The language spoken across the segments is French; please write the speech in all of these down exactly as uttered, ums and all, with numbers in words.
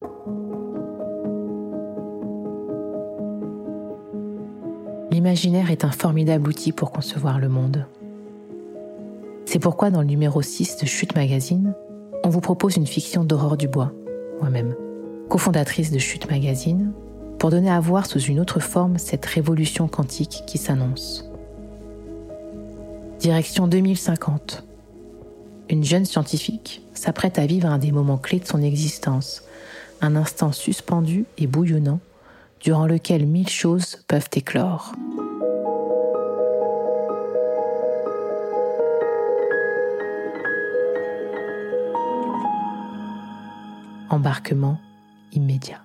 L'imaginaire est un formidable outil pour concevoir le monde. C'est pourquoi dans le numéro six de Chute Magazine, on vous propose une fiction d'Aurore Dubois, moi-même, cofondatrice de Chute Magazine, pour donner à voir sous une autre forme cette révolution quantique qui s'annonce. Direction deux mille cinquante. Une jeune scientifique s'apprête à vivre un des moments clés de son existence, un instant suspendu et bouillonnant, durant lequel mille choses peuvent éclore. Embarquement immédiat.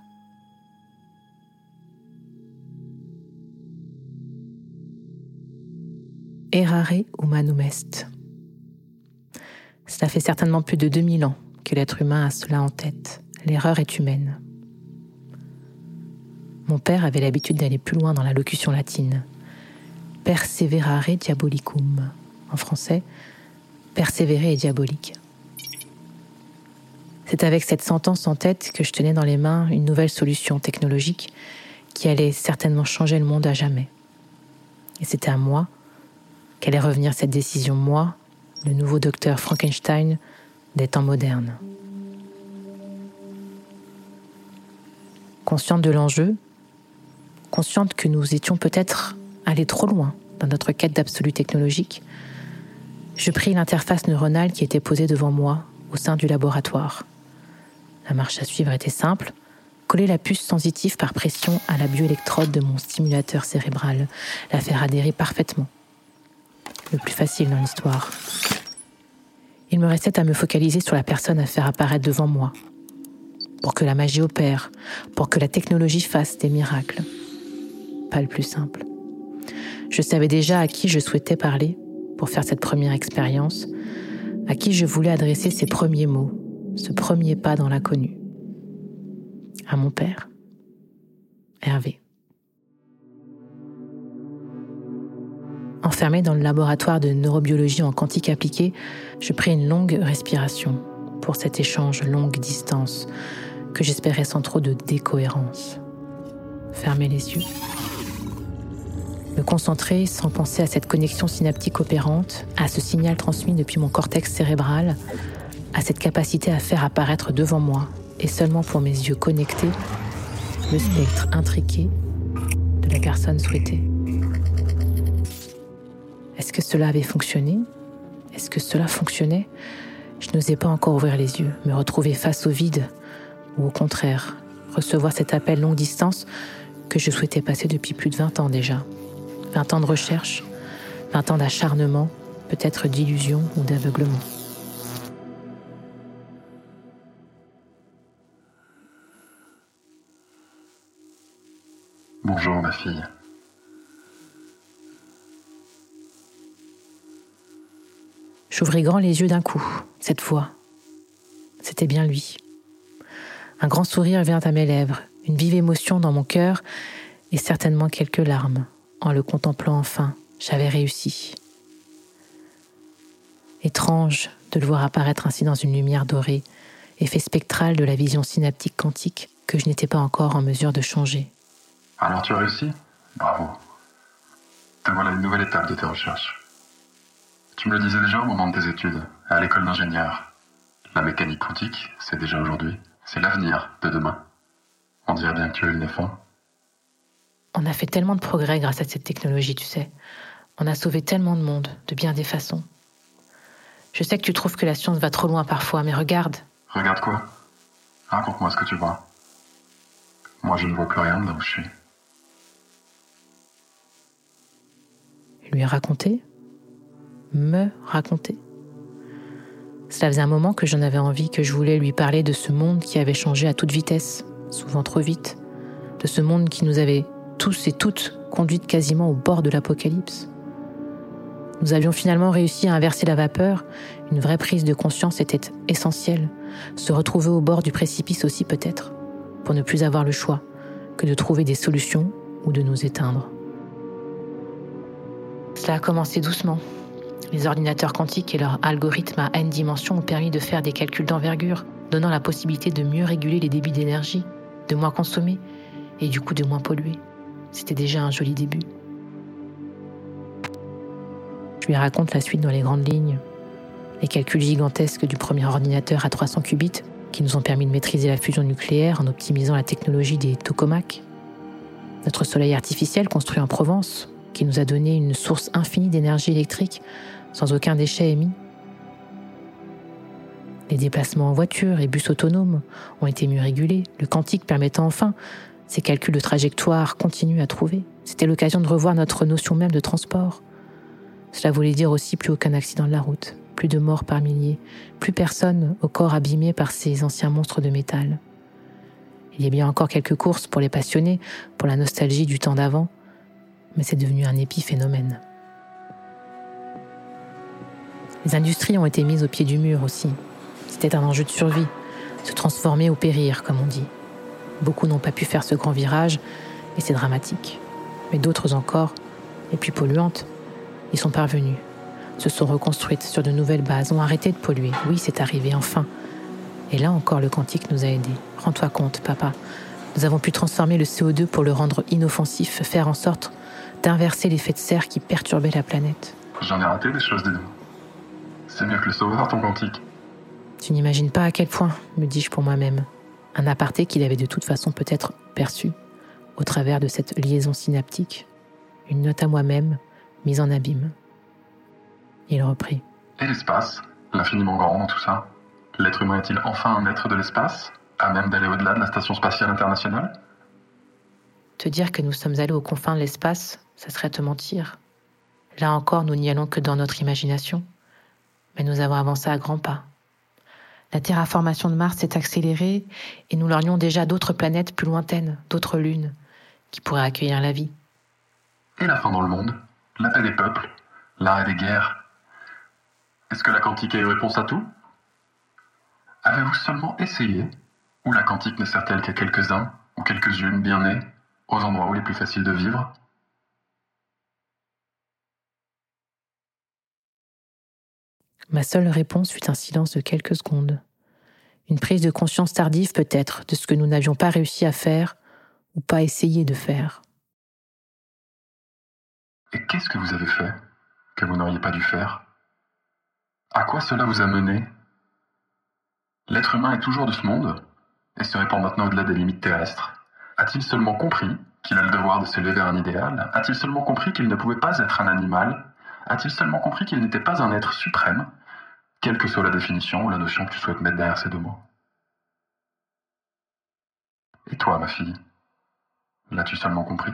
Errare humanum est. Cela fait certainement plus de deux mille ans que l'être humain a cela en tête. L'erreur est humaine. Mon père avait l'habitude d'aller plus loin dans la locution latine. Perseverare diabolicum. En français, persévérer est diabolique. C'est avec cette sentence en tête que je tenais dans les mains une nouvelle solution technologique qui allait certainement changer le monde à jamais. Et c'était à moi qu'allait revenir cette décision, moi, le nouveau docteur Frankenstein des temps modernes. Consciente de l'enjeu, consciente que nous étions peut-être allés trop loin dans notre quête d'absolu technologique, je pris l'interface neuronale qui était posée devant moi au sein du laboratoire. La marche à suivre était simple, coller la puce sensitive par pression à la bioélectrode de mon stimulateur cérébral, la faire adhérer parfaitement. Le plus facile dans l'histoire. Il me restait à me focaliser sur la personne à faire apparaître devant moi, pour que la magie opère, pour que la technologie fasse des miracles. Pas le plus simple. Je savais déjà à qui je souhaitais parler pour faire cette première expérience, à qui je voulais adresser ces premiers mots, ce premier pas dans l'inconnu. À mon père, Hervé. Enfermé dans le laboratoire de neurobiologie en quantique appliquée, je pris une longue respiration pour cet échange longue distance que j'espérais sans trop de décohérence. Fermer les yeux. Me concentrer sans penser à cette connexion synaptique opérante, à ce signal transmis depuis mon cortex cérébral, à cette capacité à faire apparaître devant moi, et seulement pour mes yeux connectés, le spectre intriqué de la personne souhaitée. Est-ce que cela avait fonctionné ? Est-ce que cela fonctionnait ? Je n'osais pas encore ouvrir les yeux, me retrouver face au vide, ou au contraire, recevoir cet appel longue distance que je souhaitais passer depuis plus de vingt ans déjà. vingt ans de recherche, vingt ans d'acharnement, peut-être d'illusion ou d'aveuglement. Bonjour ma fille. J'ouvris grand les yeux d'un coup, cette fois. C'était bien lui. Un grand sourire vient à mes lèvres, une vive émotion dans mon cœur et certainement quelques larmes. En le contemplant enfin, j'avais réussi. Étrange de le voir apparaître ainsi dans une lumière dorée, effet spectral de la vision synaptique quantique que je n'étais pas encore en mesure de changer. Alors tu as réussi ? Bravo. Te voilà une nouvelle étape de tes recherches. Tu me le disais déjà au moment de tes études, à l'école d'ingénieur. La mécanique quantique, c'est déjà aujourd'hui. C'est l'avenir de demain. On dirait bien que tu as eu le nez fin. On a fait tellement de progrès grâce à cette technologie, tu sais. On a sauvé tellement de monde, de bien des façons. Je sais que tu trouves que la science va trop loin parfois, mais regarde. Regarde quoi ? Raconte-moi ce que tu vois. Moi, je ne vois plus rien de là où je suis. Lui raconter ? Me raconter ? Cela faisait un moment que j'en avais envie, que je voulais lui parler de ce monde qui avait changé à toute vitesse, souvent trop vite, de ce monde qui nous avait tous et toutes conduites quasiment au bord de l'apocalypse. Nous avions finalement réussi à inverser la vapeur, une vraie prise de conscience était essentielle, se retrouver au bord du précipice aussi peut-être, pour ne plus avoir le choix que de trouver des solutions ou de nous éteindre. Cela a commencé doucement. Les ordinateurs quantiques et leurs algorithmes à n dimensions ont permis de faire des calculs d'envergure, donnant la possibilité de mieux réguler les débits d'énergie, de moins consommer et du coup de moins polluer. C'était déjà un joli début. Je lui raconte la suite dans les grandes lignes, les calculs gigantesques du premier ordinateur à trois cents qubits qui nous ont permis de maîtriser la fusion nucléaire en optimisant la technologie des tokamaks, notre soleil artificiel construit en Provence qui nous a donné une source infinie d'énergie électrique sans aucun déchet émis. Les déplacements en voiture et bus autonomes ont été mieux régulés, le quantique permettant enfin ces calculs de trajectoire continus à trouver. C'était l'occasion de revoir notre notion même de transport. Cela voulait dire aussi plus aucun accident de la route, plus de morts par milliers, plus personne au corps abîmé par ces anciens monstres de métal. Il y a bien encore quelques courses pour les passionnés, pour la nostalgie du temps d'avant, mais c'est devenu un épiphénomène. Les industries ont été mises au pied du mur aussi. C'était un enjeu de survie, se transformer ou périr, comme on dit. Beaucoup n'ont pas pu faire ce grand virage, et c'est dramatique. Mais d'autres encore, les plus polluantes, y sont parvenues, se sont reconstruites sur de nouvelles bases, ont arrêté de polluer. Oui, c'est arrivé, enfin. Et là encore, le quantique nous a aidés. Rends-toi compte, papa. Nous avons pu transformer le C O deux pour le rendre inoffensif, faire en sorte d'inverser l'effet de serre qui perturbait la planète. J'en ai raté des choses, dis donc. C'est mieux que le sauveur, ton quantique. Tu n'imagines pas à quel point, me dis-je pour moi-même. Un aparté qu'il avait de toute façon peut-être perçu, au travers de cette liaison synaptique. Une note à moi-même, mise en abîme. Il reprit. Et l'espace, l'infiniment grand dans tout ça? L'être humain est-il enfin un être de l'espace, à même d'aller au-delà de la Station spatiale internationale? Te dire que nous sommes allés aux confins de l'espace, ça serait te mentir. Là encore, nous n'y allons que dans notre imagination. Mais nous avons avancé à grands pas. La terraformation de Mars s'est accélérée et nous lorgnons déjà d'autres planètes plus lointaines, d'autres lunes, qui pourraient accueillir la vie. Et la fin dans le monde? La paix des peuples? L'arrêt des guerres? Est-ce que la quantique a eu réponse à tout? Avez-vous seulement essayé? Ou la quantique ne sert-elle qu'à quelques-uns, ou quelques-unes bien nés, aux endroits où il est plus facile de vivre? Ma seule réponse fut un silence de quelques secondes. Une prise de conscience tardive peut-être de ce que nous n'avions pas réussi à faire ou pas essayé de faire. Et qu'est-ce que vous avez fait que vous n'auriez pas dû faire? À quoi cela vous a mené? L'être humain est toujours de ce monde et se répand maintenant au-delà des limites terrestres. A-t-il seulement compris qu'il a le devoir de s'élever vers un idéal? A-t-il seulement compris qu'il ne pouvait pas être un animal? A-t-il seulement compris qu'il n'était pas un être suprême, quelle que soit la définition ou la notion que tu souhaites mettre derrière ces deux mots? Et toi, ma fille, l'as-tu seulement compris?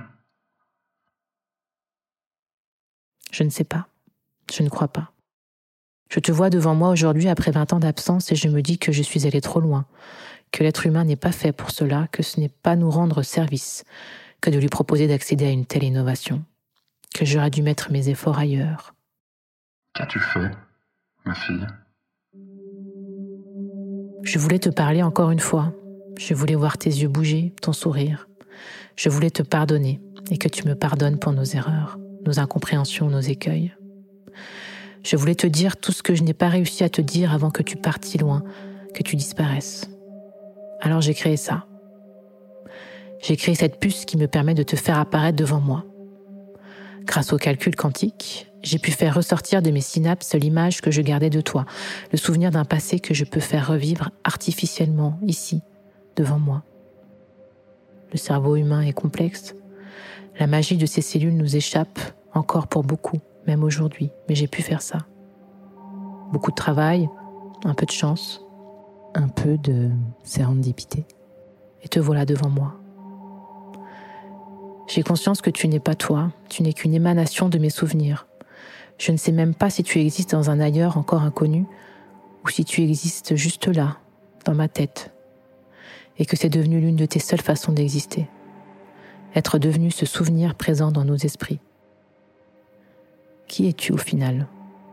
Je ne sais pas. Je ne crois pas. Je te vois devant moi aujourd'hui après vingt ans d'absence et je me dis que je suis allée trop loin, que l'être humain n'est pas fait pour cela, que ce n'est pas nous rendre service que de lui proposer d'accéder à une telle innovation, que j'aurais dû mettre mes efforts ailleurs. Qu'as-tu fait, ma fille? Je voulais te parler encore une fois. Je voulais voir tes yeux bouger, ton sourire. Je voulais te pardonner et que tu me pardonnes pour nos erreurs, nos incompréhensions, nos écueils. Je voulais te dire tout ce que je n'ai pas réussi à te dire avant que tu partes si loin, que tu disparaisses. Alors j'ai créé ça. J'ai créé cette puce qui me permet de te faire apparaître devant moi. Grâce au calcul quantique, j'ai pu faire ressortir de mes synapses l'image que je gardais de toi, le souvenir d'un passé que je peux faire revivre artificiellement, ici, devant moi. Le cerveau humain est complexe. La magie de ces cellules nous échappe, encore pour beaucoup, même aujourd'hui, mais j'ai pu faire ça. Beaucoup de travail, un peu de chance, un peu de sérendipité. Et te voilà devant moi. J'ai conscience que tu n'es pas toi, tu n'es qu'une émanation de mes souvenirs. Je ne sais même pas si tu existes dans un ailleurs encore inconnu, ou si tu existes juste là, dans ma tête, et que c'est devenu l'une de tes seules façons d'exister. Être devenu ce souvenir présent dans nos esprits. Qui es-tu au final?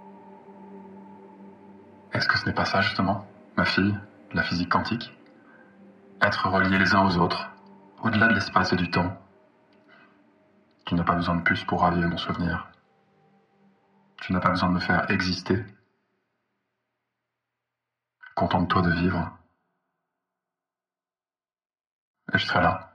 Est-ce que ce n'est pas ça, justement, ma fille, la physique quantique? Être reliés les uns aux autres, au-delà de l'espace et du temps. Tu n'as pas besoin de puce pour raviver mon souvenir. Tu n'as pas besoin de me faire exister. Contente-toi de vivre et je serai là.